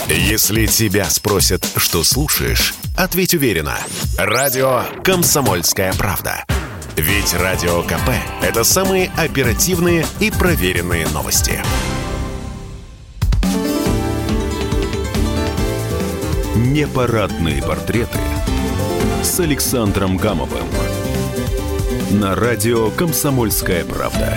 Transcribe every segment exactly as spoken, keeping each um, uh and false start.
Если тебя спросят, что слушаешь, ответь уверенно. Радио «Комсомольская правда». Ведь Радио КП – это самые оперативные и проверенные новости. Непарадные портреты с Александром Гамовым. На радио «Комсомольская правда».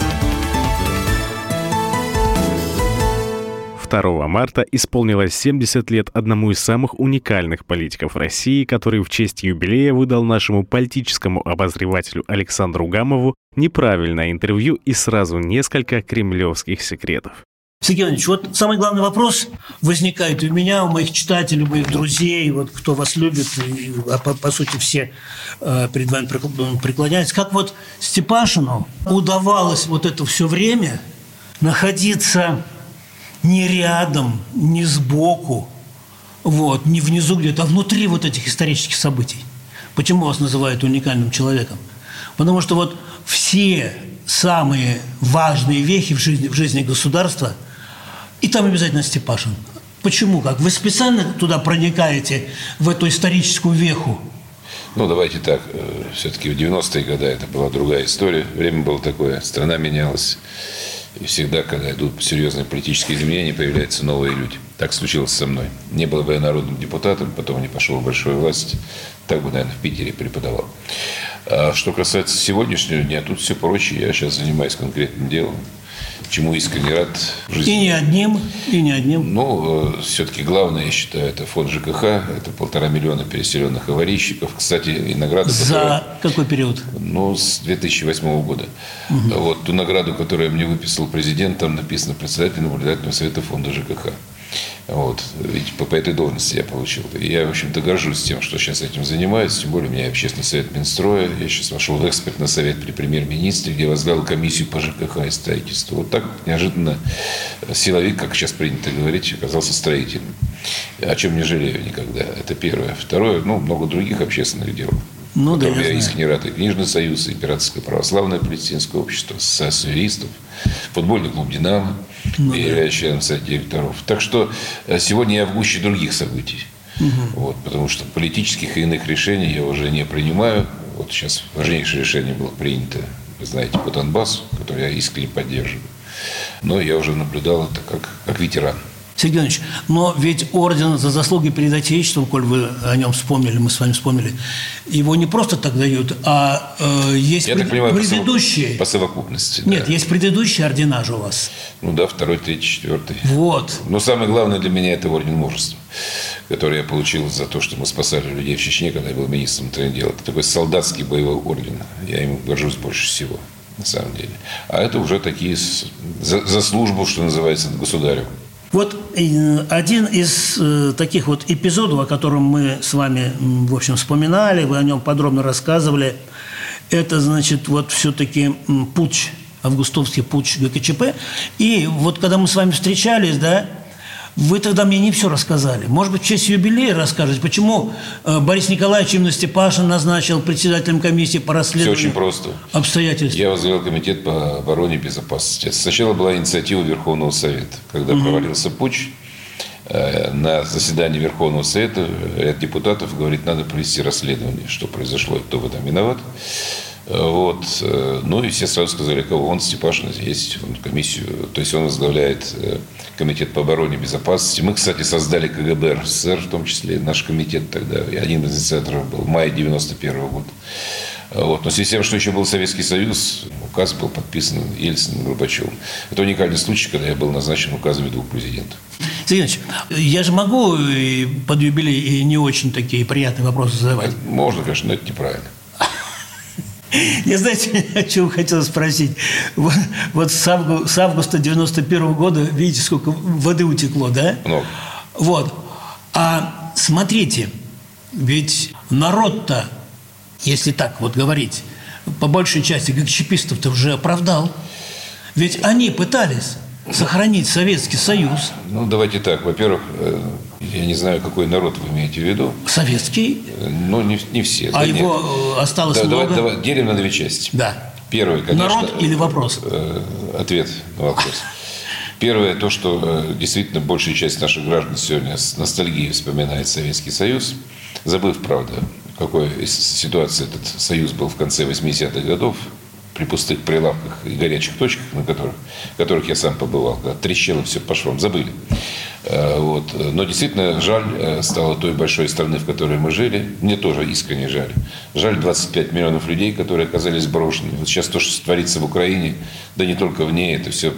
второго марта исполнилось семьдесят лет одному из самых уникальных политиков России, который в честь юбилея выдал нашему политическому обозревателю Александру Гамову неправильное интервью и сразу несколько кремлевских секретов. Сергей Иванович, вот самый главный вопрос возникает у меня, у моих читателей, у моих друзей, вот кто вас любит, и, по, по сути все э, перед вами преклоняются. Как вот Степашину удавалось вот это все время находиться не рядом, не сбоку, вот, не внизу где-то, а внутри вот этих исторических событий. Почему вас называют уникальным человеком? Потому что вот все самые важные вехи в жизни, в жизни государства, и там обязательно Степашин. Почему? Как? Вы специально туда проникаете, в эту историческую веху? Ну, давайте так. Все-таки в девяностые годы это была другая история. Время было такое, страна менялась. И всегда, когда идут серьезные политические изменения, появляются новые люди. Так случилось со мной. Не был бы я народным депутатом, потом не пошел в большую власть. Так бы, наверное, в Питере преподавал. А что касается сегодняшнего дня, тут все проще. Я сейчас занимаюсь конкретным делом, чему искренне рад в жизни. И не одним, и не одним. Ну, все-таки главное, я считаю, это фонд ЖКХ. Это полтора миллиона переселенных аварийщиков. Кстати, и награда, За которая... какой период? Ну, с две тысячи восьмого года. Угу. Вот ту награду, которую мне выписал президент, там написано председатель наблюдательного совета фонда ЖКХ. Вот. Ведь по, по этой должности я получил. И я, в общем-то, горжусь тем, что сейчас этим занимаюсь. Тем более у меня общественный совет Минстроя. Я сейчас вошел в экспертный совет при премьер-министре, где возглавил комиссию по ЖКХ и строительству. Вот так неожиданно силовик, как сейчас принято говорить, оказался строителем. О чем не жалею никогда. Это первое. Второе, ну, много других общественных дел. Ну, да, я я искренне рад. И Книжный союз, и Императорское православное палестинское общество, ассоциация юристов, футбольный клуб «Динамо», ну, и являюсь членом совета директоров. Так что сегодня я в гуще других событий. Угу. Вот, потому что политических и иных решений я уже не принимаю. Вот сейчас важнейшее решение было принято, вы знаете, по Донбассу, которое я искренне поддерживаю. Но я уже наблюдал это как, как ветеран. Сергей Иванович, но ведь орден за заслуги перед Отечеством, коль вы о нем вспомнили, мы с вами вспомнили, его не просто так дают, а э, есть Я пред... так понимаю, предыдущие. По совокупности. Нет, да. есть предыдущие ордена же у вас. Ну да, второй, третий, четвертый. Вот. Но самое главное для меня – это орден мужества, который я получил за то, что мы спасали людей в Чечне, когда я был министром внутренних дел. Это такой солдатский боевой орден. Я им горжусь больше всего, на самом деле. А это уже такие за, за службу, что называется, государю. Вот один из э, таких вот эпизодов, о котором мы с вами, в общем, вспоминали, вы о нем подробно рассказывали, это, значит, вот все-таки путч, августовский путч ГКЧП. И вот когда мы с вами встречались, да, вы тогда мне не все рассказали. Может быть, в честь юбилея расскажете, почему Борис Николаевич именно Степашин назначил председателем комиссии по расследованию Все очень просто. Обстоятельств? Я возглавлял комитет по обороне и безопасности. Сначала была инициатива Верховного Совета. Когда угу. провалился путч, на заседании Верховного Совета ряд депутатов говорит, надо провести расследование, что произошло и кто в этом виноват. Вот. Ну и все сразу сказали, кого он, Степашин, есть он комиссию, то есть он возглавляет комитет по обороне и безопасности. Мы, кстати, создали КГБ РСФСР, в том числе наш комитет тогда, и один из инициаторов был в мае девяносто первого года. Вот. Но в связи с тем, что еще был Советский Союз, указ был подписан Ельциным и Горбачевым. Это уникальный случай, когда я был назначен указами двух президентов. Сергей Иванович, я же могу под юбилей и не очень такие приятные вопросы задавать? Можно, конечно, но это неправильно. Я, знаете, о чем хотел спросить. Вот, вот с, авгу, с августа девяносто первого года, видите, сколько воды утекло, да? Много. Вот. А смотрите, ведь народ-то, если так вот говорить, по большей части ГКЧПистов-то уже оправдал. Ведь они пытались сохранить Советский Союз. Ну, давайте так. Во-первых, я не знаю, какой народ вы имеете в виду. Советский. Ну, не, не все. А да, его нет. осталось да, много. Давай, давай, делим на две части. Да. Первый, конечно. Народ или вопрос? Ответ на вопрос. Первое, то, что действительно большая часть наших граждан сегодня с ностальгией вспоминает Советский Союз, забыв, правда, в какой ситуации этот союз был в конце восьмидесятых годов, при пустых прилавках и горячих точках, на которых, в которых я сам побывал, когда трещало все по швам, забыли. Вот. Но действительно жаль стало той большой страны, в которой мы жили. Мне тоже искренне жаль. Жаль двадцать пять миллионов людей, которые оказались брошены. Вот сейчас то, что творится в Украине, да не только в ней, это все,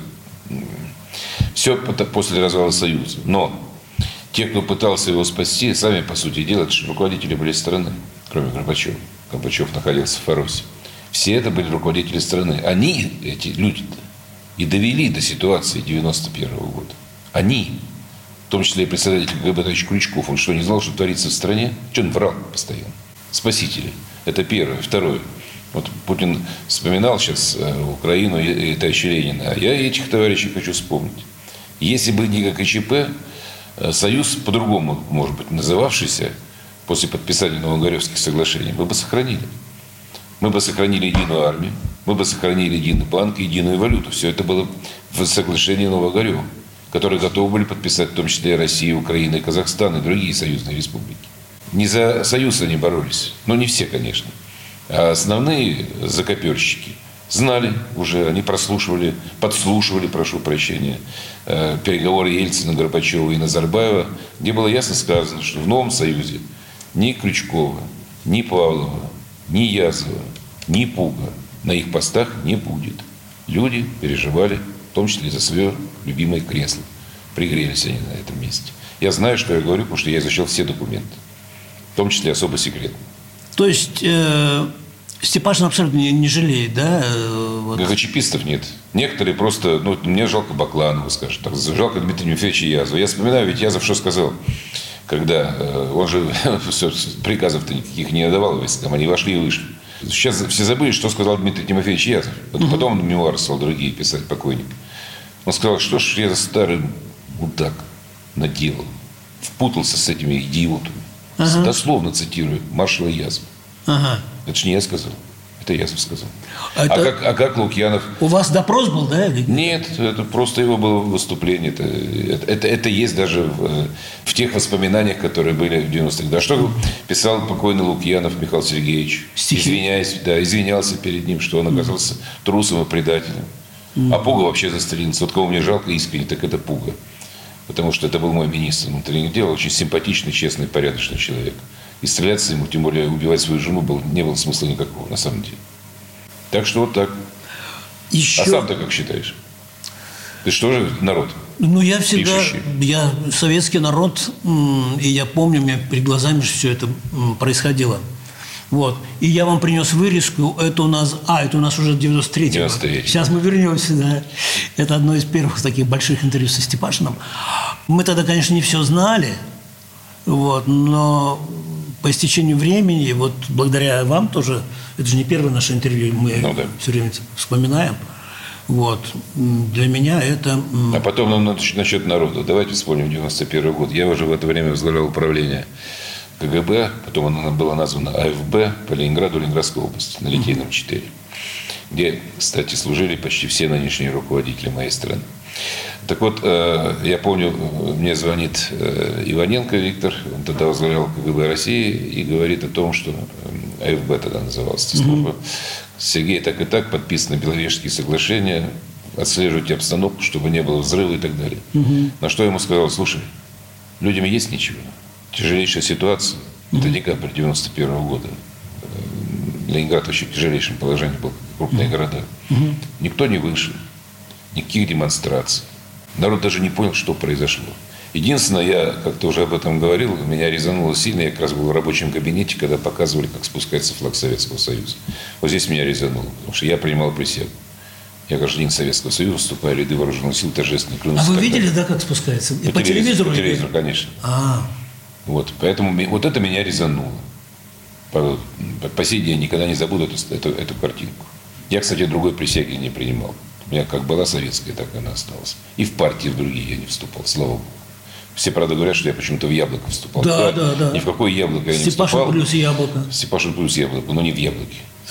все после развала Союза. Но те, кто пытался его спасти, сами, по сути дела, это же руководители были страны, кроме Горбачева. Горбачев находился в Фаросе. Все это были руководители страны. Они, эти люди, и довели до ситуации девяносто первого года. Они, в том числе и председатель КГБ товарищ Крючков, он что, не знал, что творится в стране? Что он врал постоянно? Спасители. Это первое. Второе. Вот Путин вспоминал сейчас Украину и товарища Ленина. А я этих товарищей хочу вспомнить. Если бы не ГКЧП, Союз, по-другому, может быть, называвшийся, после подписания Новоогаревских соглашений, мы бы сохранили. Мы бы сохранили единую армию, мы бы сохранили единый банк, единую валюту. Все это было в соглашении Новоогарева, которые готовы были подписать, в том числе и Россия, Украина, и Казахстан, и другие союзные республики. Не за союз они боролись, но не все, конечно. А основные закоперщики знали уже, они прослушивали, подслушивали, прошу прощения, переговоры Ельцина, Горбачева и Назарбаева, где было ясно сказано, что в новом союзе ни Крючкова, ни Павлова, ни Язова, ни Пуга на их постах не будет. Люди переживали, в том числе за свое любимое кресло. Пригрелись они на этом месте. Я знаю, что я говорю, потому что я изучал все документы. В том числе особо секретно. То есть э, Степашин абсолютно не, не жалеет, да? Э, вот. ГКЧПистов нет. Некоторые просто... Ну, мне жалко Бакланова, скажем так. Жалко Дмитрия Тимофеевича Язова. Я вспоминаю, ведь Язов что сказал? Когда он же приказов-то никаких не отдавал войскам, они вошли и вышли. Сейчас все забыли, что сказал Дмитрий Тимофеевич Язов. Вот потом он мемуары стал другие писать, покойник. Он сказал, что ж я за старый мудак наделал. Впутался с этими идиотами. Ага. Дословно цитирую маршала Язова. Ага. Это же не я сказал. Это Язов сказал. А, это... а, как, а как Лукьянов... У вас допрос был, да? Нет, это просто его было выступление. Это, это, это, это есть даже в, в тех воспоминаниях, которые были в девяностых. Да, что писал покойный Лукьянов Михаил Сергеевич, извиняясь, да, извинялся перед ним, что он оказался трусом и предателем. А Пуга вообще застрелился. Вот кого мне жалко искренне, так это Пуга. Потому что это был мой министр внутренних дел, очень симпатичный, честный, порядочный человек. И стреляться ему, тем более убивать свою жену, было, не было смысла никакого, на самом деле. Так что вот так. Еще... А сам-то как считаешь? Ты что же народ? Ну, я всегда... Пишущий. Я советский народ, и я помню, у меня перед глазами же все это происходило. Вот. И я вам принес вырезку. Это у нас... А, это у нас уже девяносто третий. девяносто третий. Сейчас мы вернемся, да. Это одно из первых таких больших интервью со Степашиным. Мы тогда, конечно, не все знали. Вот, но по истечению времени, вот благодаря вам тоже, это же не первое наше интервью, мы ну, да. все время вспоминаем. Вот, для меня это... А потом нам насчет народа. Давайте вспомним девяносто первый год. Я уже в это время возглавлял управление КГБ, потом она была названа АФБ по Ленинграду, Ленинградской области, на Литейном четыре, где, кстати, служили почти все нынешние руководители моей страны. Так вот, я помню, мне звонит Иваненко Виктор, он тогда возглавлял КГБ России, и говорит о том, что АФБ тогда назывался, служба. Сергей, так и так, подписаны Беловежские соглашения, отслеживайте обстановку, чтобы не было взрыва и так далее. Угу. На что я ему сказал, слушай, людям есть ничего. Тяжелейшая ситуация. Угу. Это декабрь девяносто первого года. Ленинград вообще в тяжелейшем положении был, крупные угу. города. Угу. Никто не вышел. Никаких демонстраций. Народ даже не понял, что произошло. Единственное, я как-то уже об этом говорил, меня резануло сильно. Я как раз был в рабочем кабинете, когда показывали, как спускается флаг Советского Союза. Вот здесь меня резануло, потому что я принимал присягу. Я гражданин Советского Союза, вступая в ряды вооруженных сил, торжественно клянусь. А вы видели, да, как спускается? По, по телевизору? По телевизору, конечно. А. Вот, поэтому вот это меня резануло. По, по сей день я никогда не забуду эту, эту, эту картинку. Я, кстати, другой присяги не принимал. У меня как была советская, так и она осталась. И в партии в другие я не вступал, слава Богу. Все, правда, говорят, что я почему-то в Яблоко вступал. Да, да, да. Ни в какое Яблоко я не Степашин вступал. Степашин плюс Яблоко. Степашин плюс Яблоко, но не в Яблоке.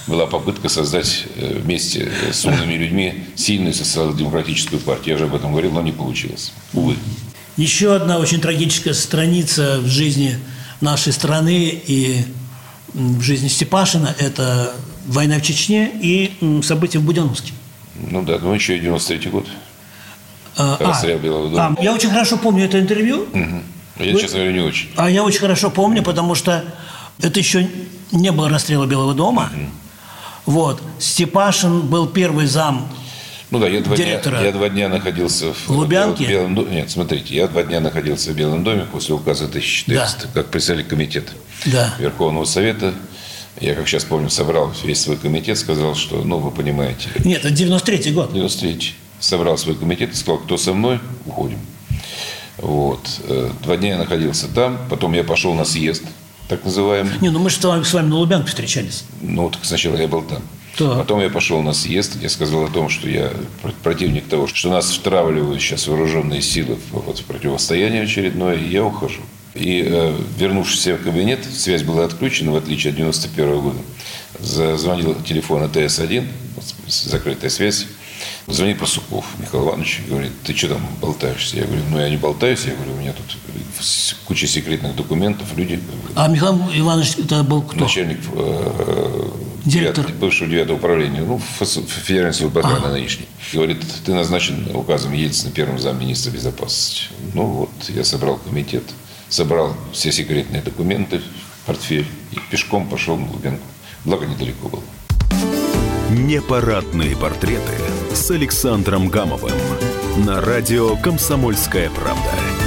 была попытка создать вместе с умными людьми сильную социал-демократическую партию. Я уже об этом говорил, но не получилось. Увы. Еще одна очень трагическая страница в жизни нашей страны и в жизни Степашина – это война в Чечне и события в Буденновске. Ну да, ну еще и девяносто третий год. А, Расстрел Белого дома. А, я очень хорошо помню это интервью. Угу. Я, Вы... честно говоря, не очень. А я очень хорошо помню, потому что это еще не было расстрела Белого дома. Угу. Вот. Степашин был первый зам Ну да, я два, дня, я два дня находился в Лубянке. Белом доме. Нет, смотрите, я два дня находился в Белом доме после указа тысяча четыреста, да. как председатель комитета да. Верховного Совета. Я, как сейчас помню, собрал весь свой комитет, сказал, что, ну, вы понимаете. Нет, это девяносто третий год. девяносто третий. Собрал свой комитет и сказал, кто со мной, уходим. Вот. Два дня я находился там, потом я пошел на съезд, так называемый. Не, ну мы же с вами, с вами на Лубянке встречались. Ну, так сначала я был там. Да. Потом я пошел на съезд, я сказал о том, что я противник того, что нас втравливают сейчас вооруженные силы в противостояние очередное, и я ухожу. И, э, вернувшись в кабинет, связь была отключена, в отличие от девяносто первого года. Зазвонил телефон Тэ Эс один, закрытая связь. Звонит Просуков Михаил Иванович и говорит, ты что там болтаешься? Я говорю, ну я не болтаюсь, я говорю, у меня тут куча секретных документов, люди... А Михаил Иванович это был кто? Начальник э, Директор. девятого, бывшего девятого управления, ну, Федеральной службы охраны нынешней. Говорит, ты назначен указом Ельцина первым замминистра безопасности. Ну вот, я собрал комитет, собрал все секретные документы, портфель и пешком пошел на Лубянку. Благо, недалеко было. Непарадные портреты с Александром Гамовым на радио «Комсомольская правда».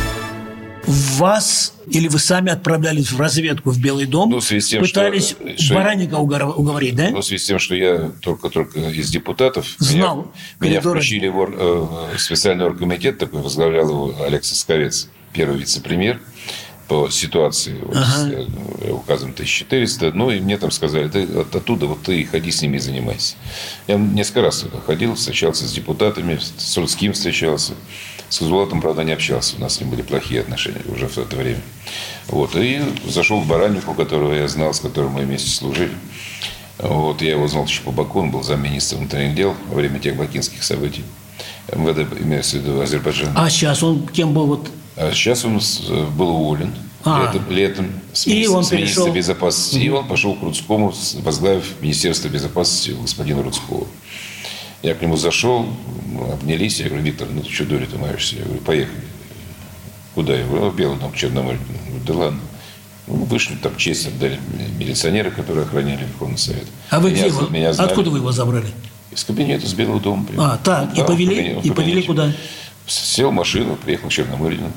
Вас или вы сами отправлялись в разведку в Белый дом, ну, в связи с тем, пытались что, Баранника уговорить, да? Ну, в связи с тем, что я только-только из депутатов, знал меня, меня включили в э, специальный оргкомитет, такой возглавлял его Олег Сосковец, первый вице-премьер по ситуации вот, ага. с указом тысяча четыреста. Ну, и мне там сказали, ты оттуда вот ты ходи с ними и занимайся. Я несколько раз туда ходил, встречался с депутатами, с Рудским встречался. С Хазбулатом, правда, не общался. У нас с ним были плохие отношения уже в это время. Вот. И зашел к Бараннику, которого я знал, с которым мы вместе служили. Вот. Я его знал еще по боку. Он был замминистра внутренних дел во время тех бакинских событий. эм вэ дэ, имеется в виду Азербайджан. А сейчас он кем был? Вот... А сейчас он был уволен а. летом, летом с, ми- с министра безопасности. Mm-hmm. И он пошел к Рудскому, возглавив Министерство безопасности господина Рудского. Я к нему зашел, мы обнялись. Я говорю, Виктор, ну ты что, дури ты маешься? Я говорю, поехали. Куда? Я говорю, ну, в Белый дом, к Черноморью. Да ладно. Ну, вышли, там честь отдали милиционеры, которые охраняли Верховный Совет. А вы меня, где? Меня откуда вы его забрали? Из кабинета, с Белого дома. Прямо. А, так, да, и повели, и повели куда? Сел в машину, приехал к Черномырдину.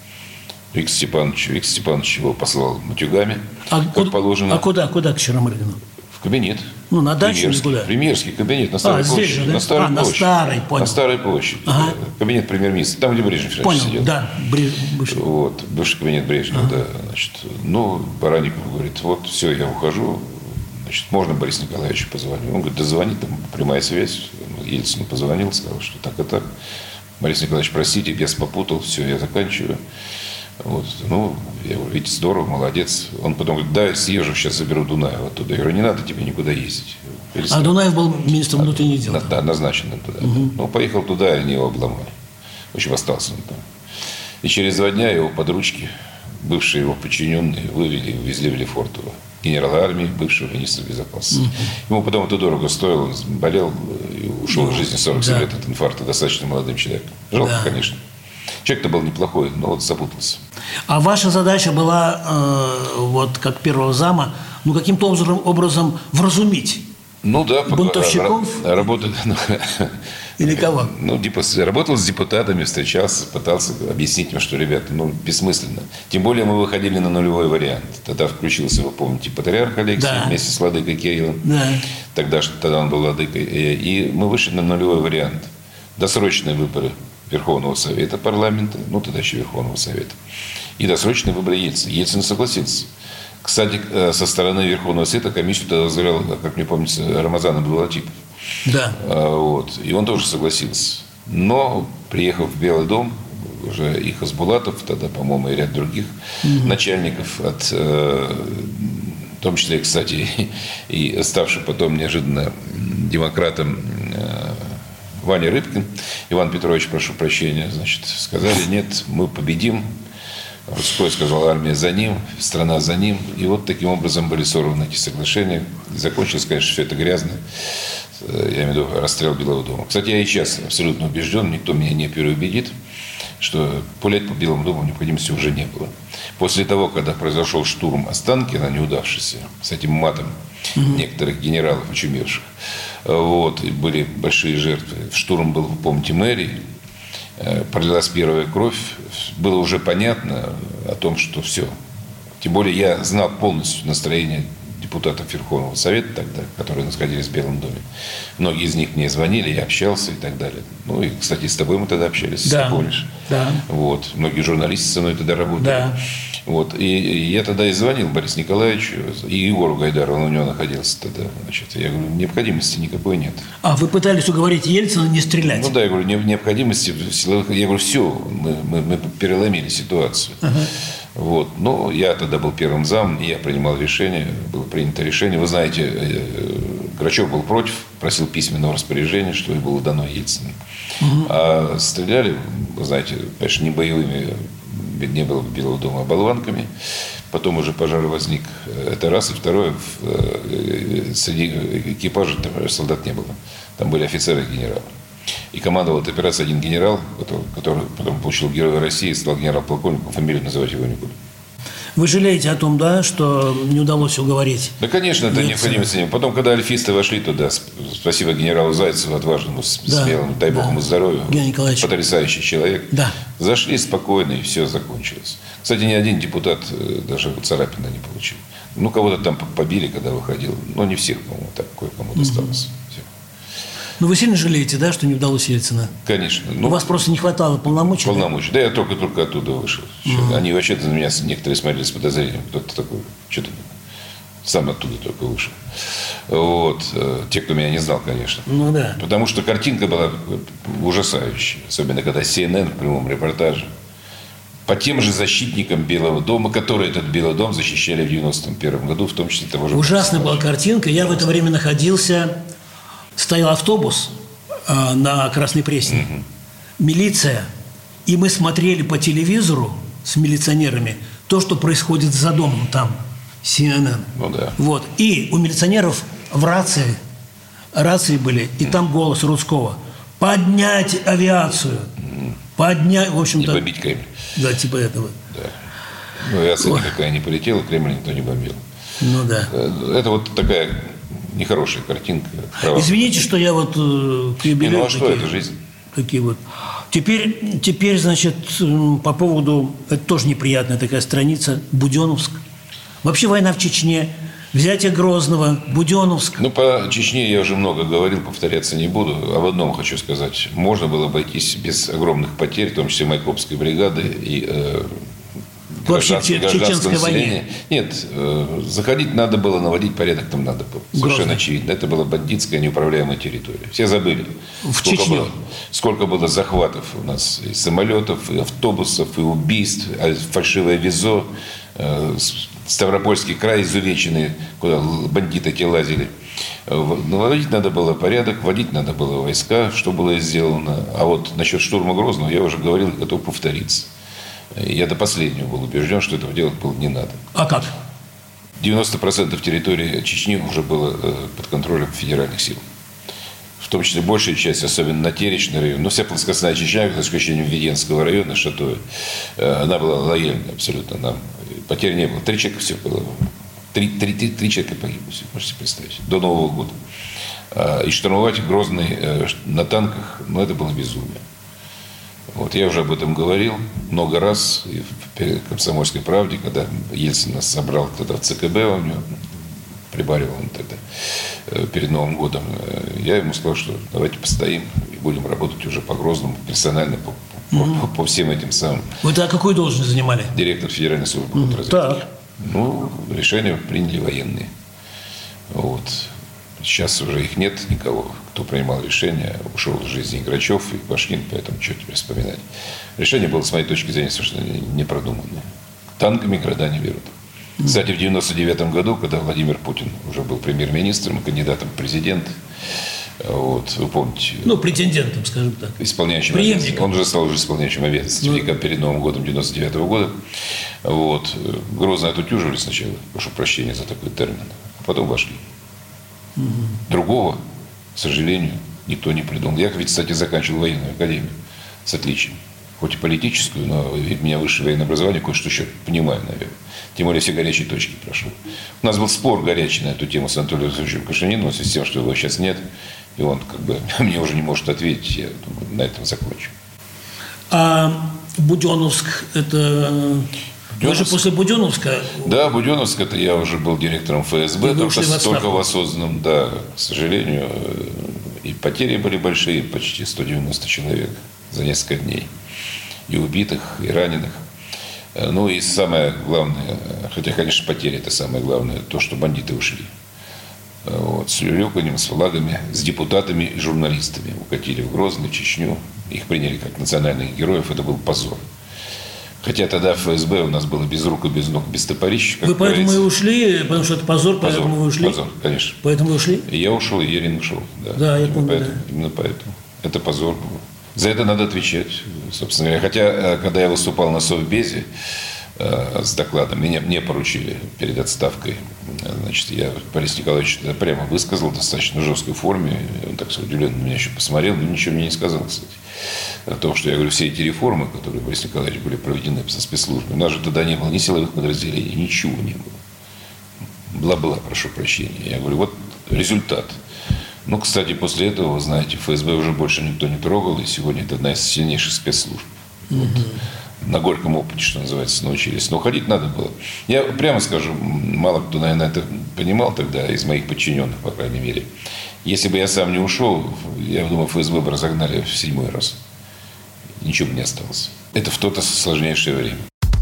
Виктор Степанович, Виктор Степанович его послал матюгами, а как куда, положено. А куда, куда к Черномырдину? В кабинет. Ну, на дачу или куда? Премьерский кабинет на Старой а, площади. Здесь же, да? На Старой а, площади. на Старой, понял. На Старой площади. Ага. Кабинет премьер-министра. Там, где Брежнев раньше сидел. Понял, да. Бывший. Вот, бывший кабинет Брежнева, ага. да. Значит, ну, Баранников говорит, вот, все, я ухожу. Значит, можно Борису Николаевичу позвонить? Он говорит, да звони, там прямая связь. Ельцину позвонил, сказал, что так и так. Борис Николаевич, простите, я попутал, все, я заканчиваю. Вот. Ну, я говорю, видите, здорово, молодец. Он потом говорит, да, съезжу, сейчас заберу Дунаева оттуда. Я говорю, не надо тебе никуда ездить. Перестань. А Дунаев был министром внутренних дел? Да, назначен туда. Угу. Ну, поехал туда, и они его обломали. В общем, остался он там. И через два дня его под ручки, бывшие его подчиненные, вывели и увезли в Лефортово. Генерала армии, бывшего министра безопасности. Угу. Ему потом это дорого стоило, он болел и ушел из жизни сорок семь лет от инфаркта, достаточно молодым человеком. Жалко, да. конечно. Человек-то был неплохой, но вот запутался. А ваша задача была, э, вот как первого зама, ну каким-то образом, образом вразумить ну, да, бунтовщиков? Работали. Или кого? Ну, работал с депутатами, встречался, пытался объяснить им, что, ребята, ну, бессмысленно. Тем более мы выходили на нулевой вариант. Тогда включился, вы помните, патриарх Алексий да. вместе с владыкой Кириллом. Да. Тогда, тогда он был владыкой. И мы вышли на нулевой вариант. Досрочные выборы Верховного Совета парламента, ну, тогда еще Верховного Совета. И досрочные выборы Ельцина. Ельцин согласился. Кстати, со стороны Верховного Совета комиссию тогда возглавлял, как мне помнится, Рамазан Абдулатипов. Да. Вот. И он тоже согласился. Но, приехав в Белый дом, уже и Хазбулатов, тогда, по-моему, и ряд других угу. начальников от э, в том числе, кстати, и ставший потом неожиданно демократом Ваня Рыбкин, Иван Петрович, прошу прощения, значит, сказали, нет, мы победим. Рудской сказал, армия за ним, страна за ним. И вот таким образом были сорваны эти соглашения. И закончилось, конечно, все это грязно. Я имею в виду расстрел Белого дома. Кстати, я и сейчас абсолютно убежден, никто меня не переубедит, что пулять по Белому дому необходимости уже не было. После того, когда произошел штурм Останкина, неудавшийся, с этим матом mm-hmm. некоторых генералов, очумевших, вот, и были большие жертвы. Штурм был, вы помните, мэрии. Пролилась первая кровь, было уже понятно о том, что все. Тем более я знал полностью настроение депутатов Верховного Совета тогда, которые находились в Белом доме. Многие из них мне звонили, я общался и так далее. Ну и, кстати, с тобой мы тогда общались, да, если помнишь. Да. Вот. Многие журналисты со мной тогда работали. Да. Вот. И я тогда и звонил Борису Николаевичу и Егору Гайдару, он у него находился тогда. Значит, я говорю, необходимости никакой нет. А, вы пытались уговорить Ельцина не стрелять? Ну да, я говорю, необходимости в силовых... Я говорю, все, мы, мы, мы переломили ситуацию. Ага. Вот. Но я тогда был первым замом, и я принимал решение, было принято решение. Вы знаете, Грачев был против, просил письменного распоряжения, что и было дано Ельцину. Угу. А стреляли, вы знаете, конечно, не боевыми, не было Белого дома, а болванками. Потом уже пожар возник. Это раз. И второе, среди экипажа солдат не было. Там были офицеры и генералы. И командовал этой операцией один генерал, который, который потом получил Героя России, стал генерал-полковником, фамилию называть его не буду. Вы жалеете о том, да, что не удалось уговорить? Да, конечно, это необходимость. Потом, когда альфисты вошли туда, спасибо генералу Зайцеву, отважному, да, смелому, дай бог ему да. здоровья, потрясающий человек, да. зашли спокойно, и все закончилось. Кстати, ни один депутат даже царапина не получил. Ну, кого-то там побили, когда выходил, но не всех, по-моему, так кое-кому досталось. Угу. Ну, вы сильно жалеете, да, что не удалось Ельцина? Конечно. Ну, у вас просто не хватало полномочий? Полномочий. Да, да я только-только оттуда вышел. Угу. Они вообще на меня некоторые смотрели с подозрением. Кто-то такой, что-то сам оттуда только вышел. Вот. Те, кто меня не знал, конечно. Ну, да. Потому что картинка была ужасающая. Особенно, когда Си Эн Эн в прямом репортаже. По тем же защитникам Белого дома, которые этот Белый дом защищали в девяносто первом году, в том числе того же... Ужасная была картинка. Я в это время находился... Стоял автобус э, на Красной Пресне, угу. милиция, и мы смотрели по телевизору с милиционерами то, что происходит за домом там, Си Эн Эн. Ну да. Вот. И у милиционеров в рации, рации были, и там голос Рудского: поднять авиацию, угу. поднять, в общем-то... Не бомбить Кремль. Да, типа этого. Да. Ну, авиация Ой. никакая не полетела, Кремль никто не бомбил. Ну да. Это вот такая... Нехорошая картинка. Извините, что я вот э, к юбилею... Ну, а что такие, это жизнь? Такие вот. Теперь, теперь, значит, по поводу... Это тоже неприятная такая страница. Буденновск. Вообще война в Чечне. Взятие Грозного. Буденновск. Ну, по Чечне я уже много говорил, повторяться не буду. Об одном хочу сказать. Можно было обойтись без огромных потерь, в том числе Майкопской бригады и... Э, Вообще в чеченской войне? Нет, э, заходить надо было, наводить порядок там надо было. Совершенно очевидно. Это была бандитская неуправляемая территория. Все забыли. В сколько Чечне? Было, сколько было захватов у нас и самолетов, и автобусов, и убийств, фальшивое визо, э, Ставропольский край изувеченный, куда бандиты те лазили. Наводить надо было порядок, вводить надо было войска, что было сделано. А вот насчет штурма Грозного я уже говорил, готов повториться. Я до последнего был убежден, что этого делать было не надо. А как? девяносто процентов территории Чечни уже было под контролем федеральных сил. В том числе большая часть, особенно на Теречный район, но вся плоскостная Чечня, за исключением Веденского района, Шатоя, она была лояльна абсолютно нам. Потерь не было. Три человека все было. Три, три, три, три человека погибло, можете представить, до Нового года. И штурмовать Грозный на танках, ну, это было безумие. Вот, я уже об этом говорил много раз и в «Комсомольской правде», когда Ельцин нас собрал тогда в Цэ Ка Бэ, у него прибавил он тогда перед Новым годом. Я ему сказал, что давайте постоим и будем работать уже по Грозному, персонально по, по, mm-hmm. по, по всем этим самым. Вы тогда какую должность занимали? Директор Федеральной службы контрразведки. Mm-hmm. Ну, решения приняли военные. Вот. Сейчас уже их нет, никого, кто принимал решение. Ушел из жизни Грачев и Башкин, поэтому что теперь вспоминать. Решение было, с моей точки зрения, совершенно непродуманное. Танками города не берут. Кстати, в девяносто девятом году, когда Владимир Путин уже был премьер-министром и кандидатом в президент, вот, вы помните... Ну, претендентом, скажем так. Исполняющим обязанности. Он уже стал уже исполняющим обязанности ну. перед Новым годом девяносто девятого года. Вот. Грозно отутюжили сначала, прошу прощения за такой термин, а потом вошли. Угу. Другого, к сожалению, никто не придумал. Я, ведь, кстати, заканчивал военную академию с отличием. Хоть и политическую, но у меня высшее военное образование, кое-что еще понимаю, наверное. Тем более все горячие точки прошел. У нас был спор горячий на эту тему с Анатолием Владимировичем Кашининым, с тем, что его сейчас нет. И он как бы мне уже не может ответить. Я думаю, на этом закончу. А Буденновск, это... Буденновск. Вы же после Буденновска... Да, Буденновск, это я уже был директором эф эс бэ, только, в только в осознанном, да, к сожалению. И потери были большие, почти сто девяносто человек за несколько дней. И убитых, и раненых. Ну и самое главное, хотя, конечно, потери это самое главное, то, что бандиты ушли. Вот, с люлюканьем, с флагами, с депутатами и журналистами. Укатили в Грозный, в Чечню. Их приняли как национальных героев. Это был позор. Хотя тогда в эф эс бэ у нас было без рук и без ног, без топорищ. Вы поэтому и ушли, потому что это позор, позор, поэтому вы ушли? Позор, конечно. Поэтому вы ушли? И я ушел, и Ерин ушел. Да, да я помню. Поэтому, да. Именно поэтому. Это позор был. За это надо отвечать, собственно говоря. Хотя, когда я выступал на Совбезе э, с докладом, меня, мне поручили перед отставкой. Значит, я Борис Николаевич прямо высказал в достаточно жесткой форме. Он так удивленно на меня еще посмотрел, но ничего мне не сказал, кстати. О том, что я говорю, все эти реформы, которые, Борис Николаевич, были проведены со спецслужбами, у нас же тогда не было ни силовых подразделений, ничего не было. Бла-бла, прошу прощения. Я говорю, вот результат. Ну, кстати, после этого, вы знаете, эф эс бэ уже больше никто не трогал, и сегодня это одна из сильнейших спецслужб. Mm-hmm. Вот. На горьком опыте, что называется, научились. Но уходить надо было. Я прямо скажу, мало кто, наверное, это понимал тогда, из моих подчиненных, по крайней мере. Если бы я сам не ушел, я думаю, эф эс бэ бы разогнали в седьмой раз. Ничего бы не осталось. Это в то-то сложнейшее время.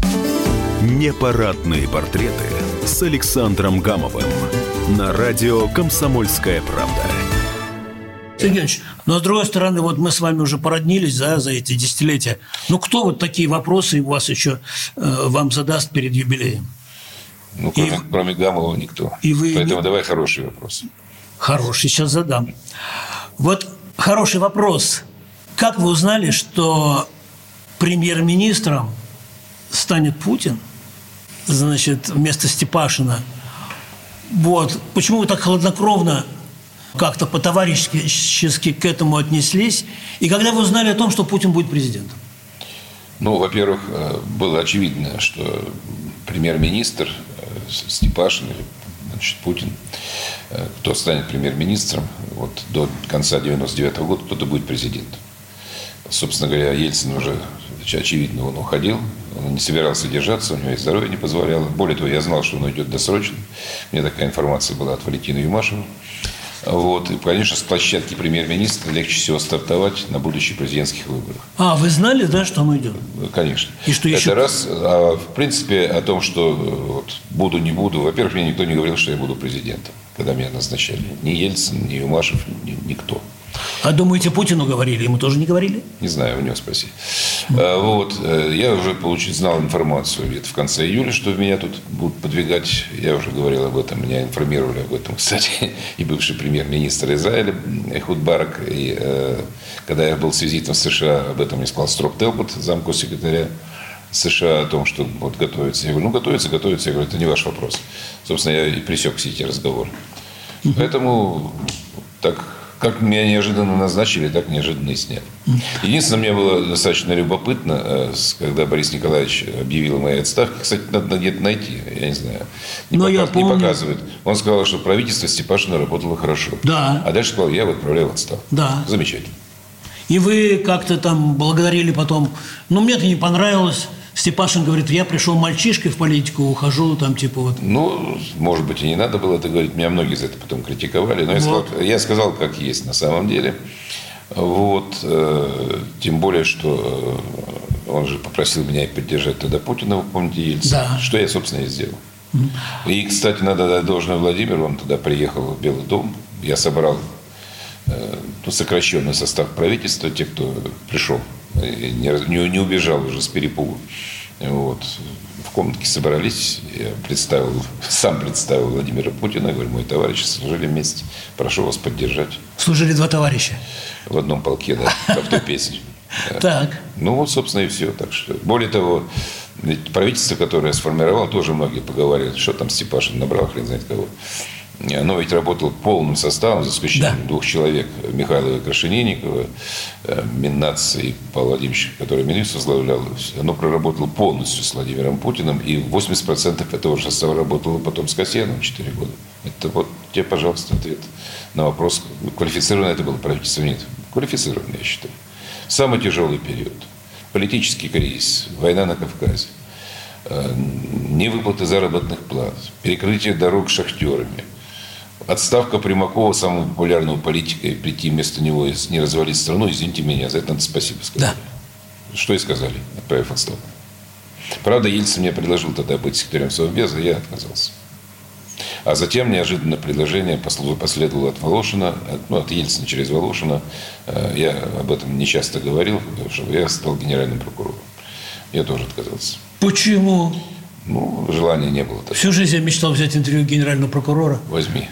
Непарадные портреты с Александром Гамовым на радио «Комсомольская правда». Сергей Ильич, но с другой стороны, вот мы с вами уже породнились да, за эти десятилетия. Ну, кто вот такие вопросы у вас еще э, вам задаст перед юбилеем? Ну, кроме, и, кроме Гамова никто. И вы... Поэтому давай хороший вопрос. Хороший, сейчас задам. Вот хороший вопрос. Как вы узнали, что премьер-министром станет Путин, значит, вместо Степашина? Вот. Почему вы так хладнокровно, как-то по-товарищески к этому отнеслись? И когда вы узнали о том, что Путин будет президентом? Ну, во-первых, было очевидно, что премьер-министр Степашин или значит, Путин, кто станет премьер-министром, вот до конца девяносто девятого года кто-то будет президентом. Собственно говоря, Ельцин уже, очевидно, он уходил. Он не собирался держаться, у него и здоровье не позволяло. Более того, я знал, что он уйдет досрочно. У меня такая информация была от Валентины Юмашева. Вот. И, конечно, с площадки премьер-министра легче всего стартовать на будущих президентских выборах. А, вы знали, да, что он уйдет? Конечно. И что еще? Это раз. А в принципе, о том, что вот, буду, не буду. Во-первых, мне никто не говорил, что я буду президентом, когда меня назначали. Ни Ельцин, ни Юмашев, ни, никто. А думаете, Путину говорили? Ему тоже не говорили? Не знаю, у него спроси. А, вот, я уже получил, знал информацию где-то в конце июля, что меня тут будут подвигать. Я уже говорил об этом, меня информировали об этом, кстати, и бывший премьер-министр Израиля Эхуд Барак. И э, когда я был с визитом в США, об этом мне сказал Строп Телбот, замкоссекретаря США, о том, что вот готовится. Я говорю, ну, готовится, готовится. Я говорю, это не ваш вопрос. Собственно, я и пресек все эти разговоры. Поэтому так... Как меня неожиданно назначили, так неожиданно и сняли. Единственное, мне было достаточно любопытно, когда Борис Николаевич объявил о моей отставке. Кстати, надо где-то найти, я не знаю. Не, показ, я не показывает. Он сказал, что правительство Степашина работало хорошо. Да. А дальше сказал, я его отправляю в отставку. Да. Замечательно. И вы как-то там благодарили потом. Ну, мне это не понравилось. Степашин говорит, я пришел мальчишкой в политику, ухожу там типа вот. Ну, может быть, и не надо было это говорить. Меня многие за это потом критиковали. Но вот. я, сказал, я сказал, как есть на самом деле. Вот. Э, тем более, что он же попросил меня поддержать тогда Путина, вы помните, Ельцин. Да. Что я, собственно, и сделал. Mm-hmm. И, кстати, надо дать должное Владимиру. Он тогда приехал в Белый дом. Я собрал э, ну, сокращенный состав правительства, те, кто пришел. Не, не, не убежал уже с перепугу. Вот. комнатке собрались, я представил, сам представил Владимира Путина, говорю, мой товарищ, служили вместе, прошу вас поддержать. Служили два товарища? В одном полке, да, как в той песне. Так. Ну, вот, собственно, и все. Так что, более того, правительство, которое я сформировал, тоже многие поговорили, что там Степашин набрал, хрен знает кого. Оно ведь работало полным составом, за исключением да. двух человек, Михайлова и Крашенинникова, Миннац и Павла Владимировича, который министр возглавлял. Оно проработало полностью с Владимиром Путиным, и восемьдесят процентов этого же состава работало потом с Касьяновым четыре года. Это вот тебе, пожалуйста, ответ на вопрос, квалифицированное это было правительство. Нет, квалифицированное, я считаю. Самый тяжелый период. Политический кризис, война на Кавказе, невыплаты заработных плат, перекрытие дорог шахтерами, отставка Примакова, самого популярного политика, и прийти вместо него и не развалить страну, извините меня, за это надо спасибо сказать. Да. Что и сказали, отправив отставку. Правда, Ельцин мне предложил тогда быть секретарем Совбеза, я отказался. А затем неожиданно предложение последовало от Волошина, ну, от Ельцина через Волошина. Я об этом не часто говорил, что я стал генеральным прокурором. Я тоже отказался. Почему? Ну, желания не было. Всю жизнь я мечтал взять интервью генерального прокурора. Возьми.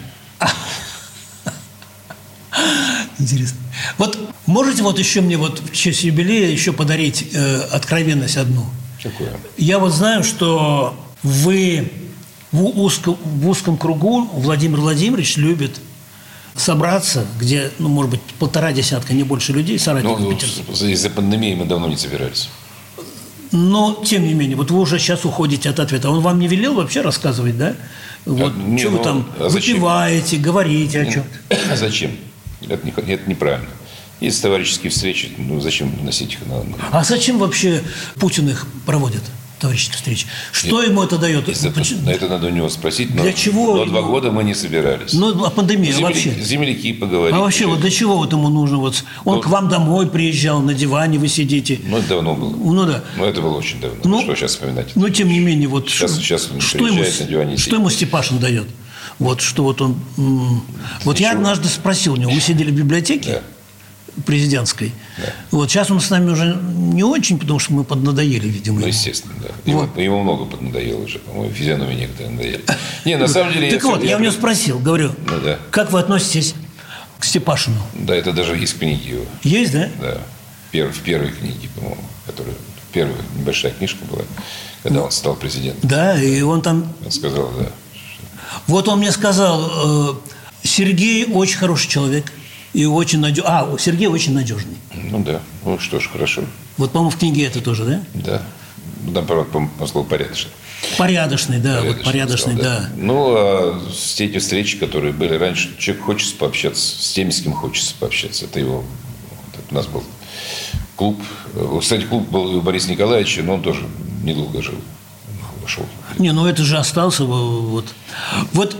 Интересно. Вот можете вот еще мне вот в честь юбилея еще подарить э, откровенность одну? Какую? Я вот знаю, что вы в узком, в узком кругу Владимир Владимирович любит собраться, где, ну, может быть, полтора десятка, не больше людей, соратников. Ну, из-за пандемии мы давно не собирались. Но, тем не менее, вот вы уже сейчас уходите от ответа. Он вам не велел вообще рассказывать, да? Вот, а, что не, вы ну, там а выпиваете, говорите о чем? А зачем? Это, не, это неправильно. Есть товарищеские встречи, ну зачем носить их на... А зачем вообще Путин их проводит, товарищеские встречи? Что Нет, это, ему это дает? Это, на это надо у него спросить. Но, для чего? Но два года мы не собирались. Ну, а пандемия Земля, вообще? Земляки поговорили. А вообще, вот для чего вот ему нужно? Вот, он ну, к вам домой приезжал, на диване вы сидите. Ну, это давно было. Ну, да. Но это было очень давно. Ну, что сейчас вспоминать? Но, тем не менее, вот... Сейчас, сейчас он что ему, на диване что ему Степашин дает? Вот, что вот он... Вот Ничего. Я однажды спросил у него, мы сидели в библиотеке, да. президентской. Да. Вот сейчас он с нами уже не очень, потому что мы поднадоели, видимо. Ну, естественно, да. Ему, вот. ему много поднадоело уже, по-моему, физиономии некоторые надоели. Не, на самом деле... Так вот, я у него спросил, говорю, как вы относитесь к Степашину? Да, это даже есть книги его. Есть, да? Да. В первой книге, по-моему, которая... Первая небольшая книжка была, когда он стал президентом. Да, и он там... Он сказал, да. Вот он мне сказал, Сергей очень хороший человек. И очень надежный. А, Сергей очень надежный. Ну да. Ну что ж, хорошо. Вот, по-моему, в книге это тоже, да? Да. Ну, там, правда, по-моему, слово порядочный. Порядочный, да. Порядочный, вот порядочный, сказал, да. да. Ну, а все эти встречи, которые были раньше, человек хочет пообщаться с теми, с кем хочется пообщаться. Это его... Вот, у нас был клуб. Кстати, клуб был и у Бориса Николаевича, но он тоже недолго жил. Ушел. Не, ну это же остался. Вот, вот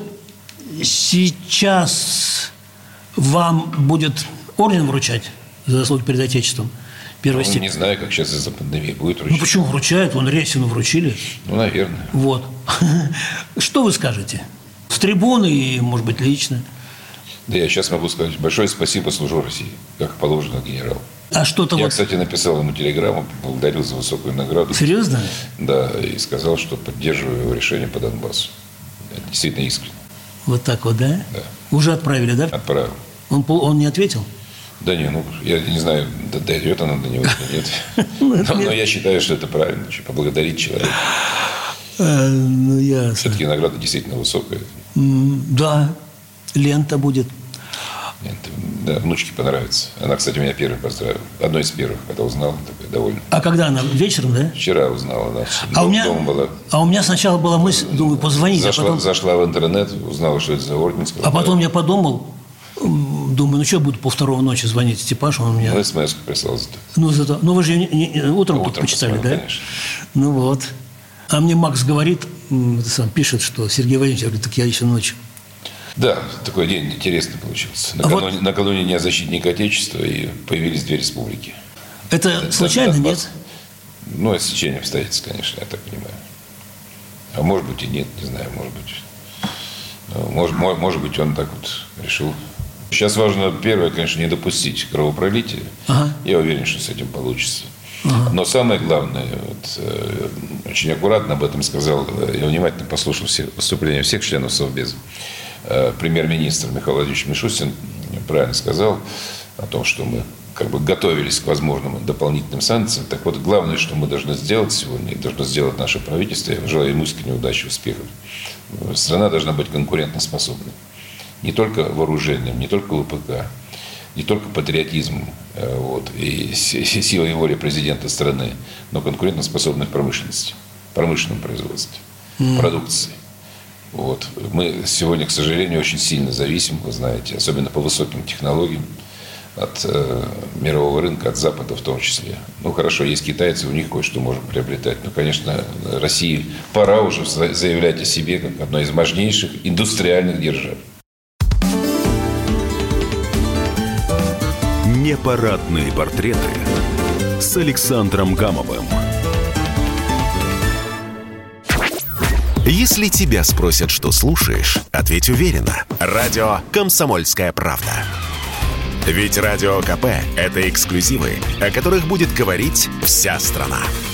сейчас вам будет орден вручать за заслуги перед Отечеством? Первой ну, степени. Не знаю, как сейчас из-за пандемии будет вручать. Ну почему вручают? Вон Ресину вручили. Ну, наверное. Вот. Что вы скажете? С трибуны и, может быть, лично? Да я сейчас могу сказать большое спасибо служу России, как положено генералу. А что-то Я, вот... кстати, написал ему телеграмму, благодарил за высокую награду. Серьезно? Да, и сказал, что поддерживаю его решение по Донбассу. Это действительно искренне. Вот так вот, да? Да. Уже отправили, да? Отправил. Он, он не ответил? Да не, ну, я не знаю, дойдет она до него или нет. Но я считаю, что это правильно, поблагодарить человека. Ну, ясно. Все-таки награда действительно высокая. Да, лента будет. Да, внучке понравится. Она, кстати, меня первой поздравила. Одной из первых, когда узнала, такая довольна. А когда она? Вечером, да? Вчера узнала, да. А у меня, дома была. А у меня сначала была мысль, думаю, позвонить. Зашла, а потом... зашла в интернет, узнала, что это за орден. А потом я подумал, думаю, ну что буду по второго ночи звонить Степашу, он меня... Ну, смс-ку прислал зато. Ну, зато... ну вы же не, не, утром, а утром почитали, да? Конечно. Ну вот. А мне Макс говорит, сам пишет, что Сергей Валерьевич, я говорю, так я еще ночью. Да, такой день интересный получился. Накануне, а вот... накануне Дня защитника Отечества и появились две республики. Это, это случайно, это, нет? Ну, это стечение обстоятельств, конечно, я так понимаю. А может быть и нет, не знаю, может быть. Может, может быть, он так вот решил. Сейчас важно, первое, конечно, не допустить кровопролития. Ага. Я уверен, что с этим получится. Ага. Но самое главное, вот, очень аккуратно об этом сказал, я внимательно послушал все выступления всех членов Совбеза. Премьер-министр Михаил Владимирович Мишустин правильно сказал о том, что мы как бы готовились к возможным дополнительным санкциям. Так вот, главное, что мы должны сделать сегодня, и должно сделать наше правительство, я желаю ему искренней удачи, успехов. Страна должна быть конкурентоспособной. Не только вооружением, не только ВПК, не только патриотизмом вот, и силой и волей президента страны, но конкурентоспособной в промышленности, промышленном производстве, mm. продукции. Вот. Мы сегодня, к сожалению, очень сильно зависим, вы знаете, особенно по высоким технологиям, от э, мирового рынка, от Запада в том числе. Ну, хорошо, есть китайцы, у них кое-что можем приобретать. Но, конечно, России пора уже заявлять о себе как одной из мощнейших индустриальных держав. Непарадные портреты с Александром Гамовым. Если тебя спросят, что слушаешь, ответь уверенно. Радио «Комсомольская правда». Ведь Радио КП – это эксклюзивы, о которых будет говорить вся страна.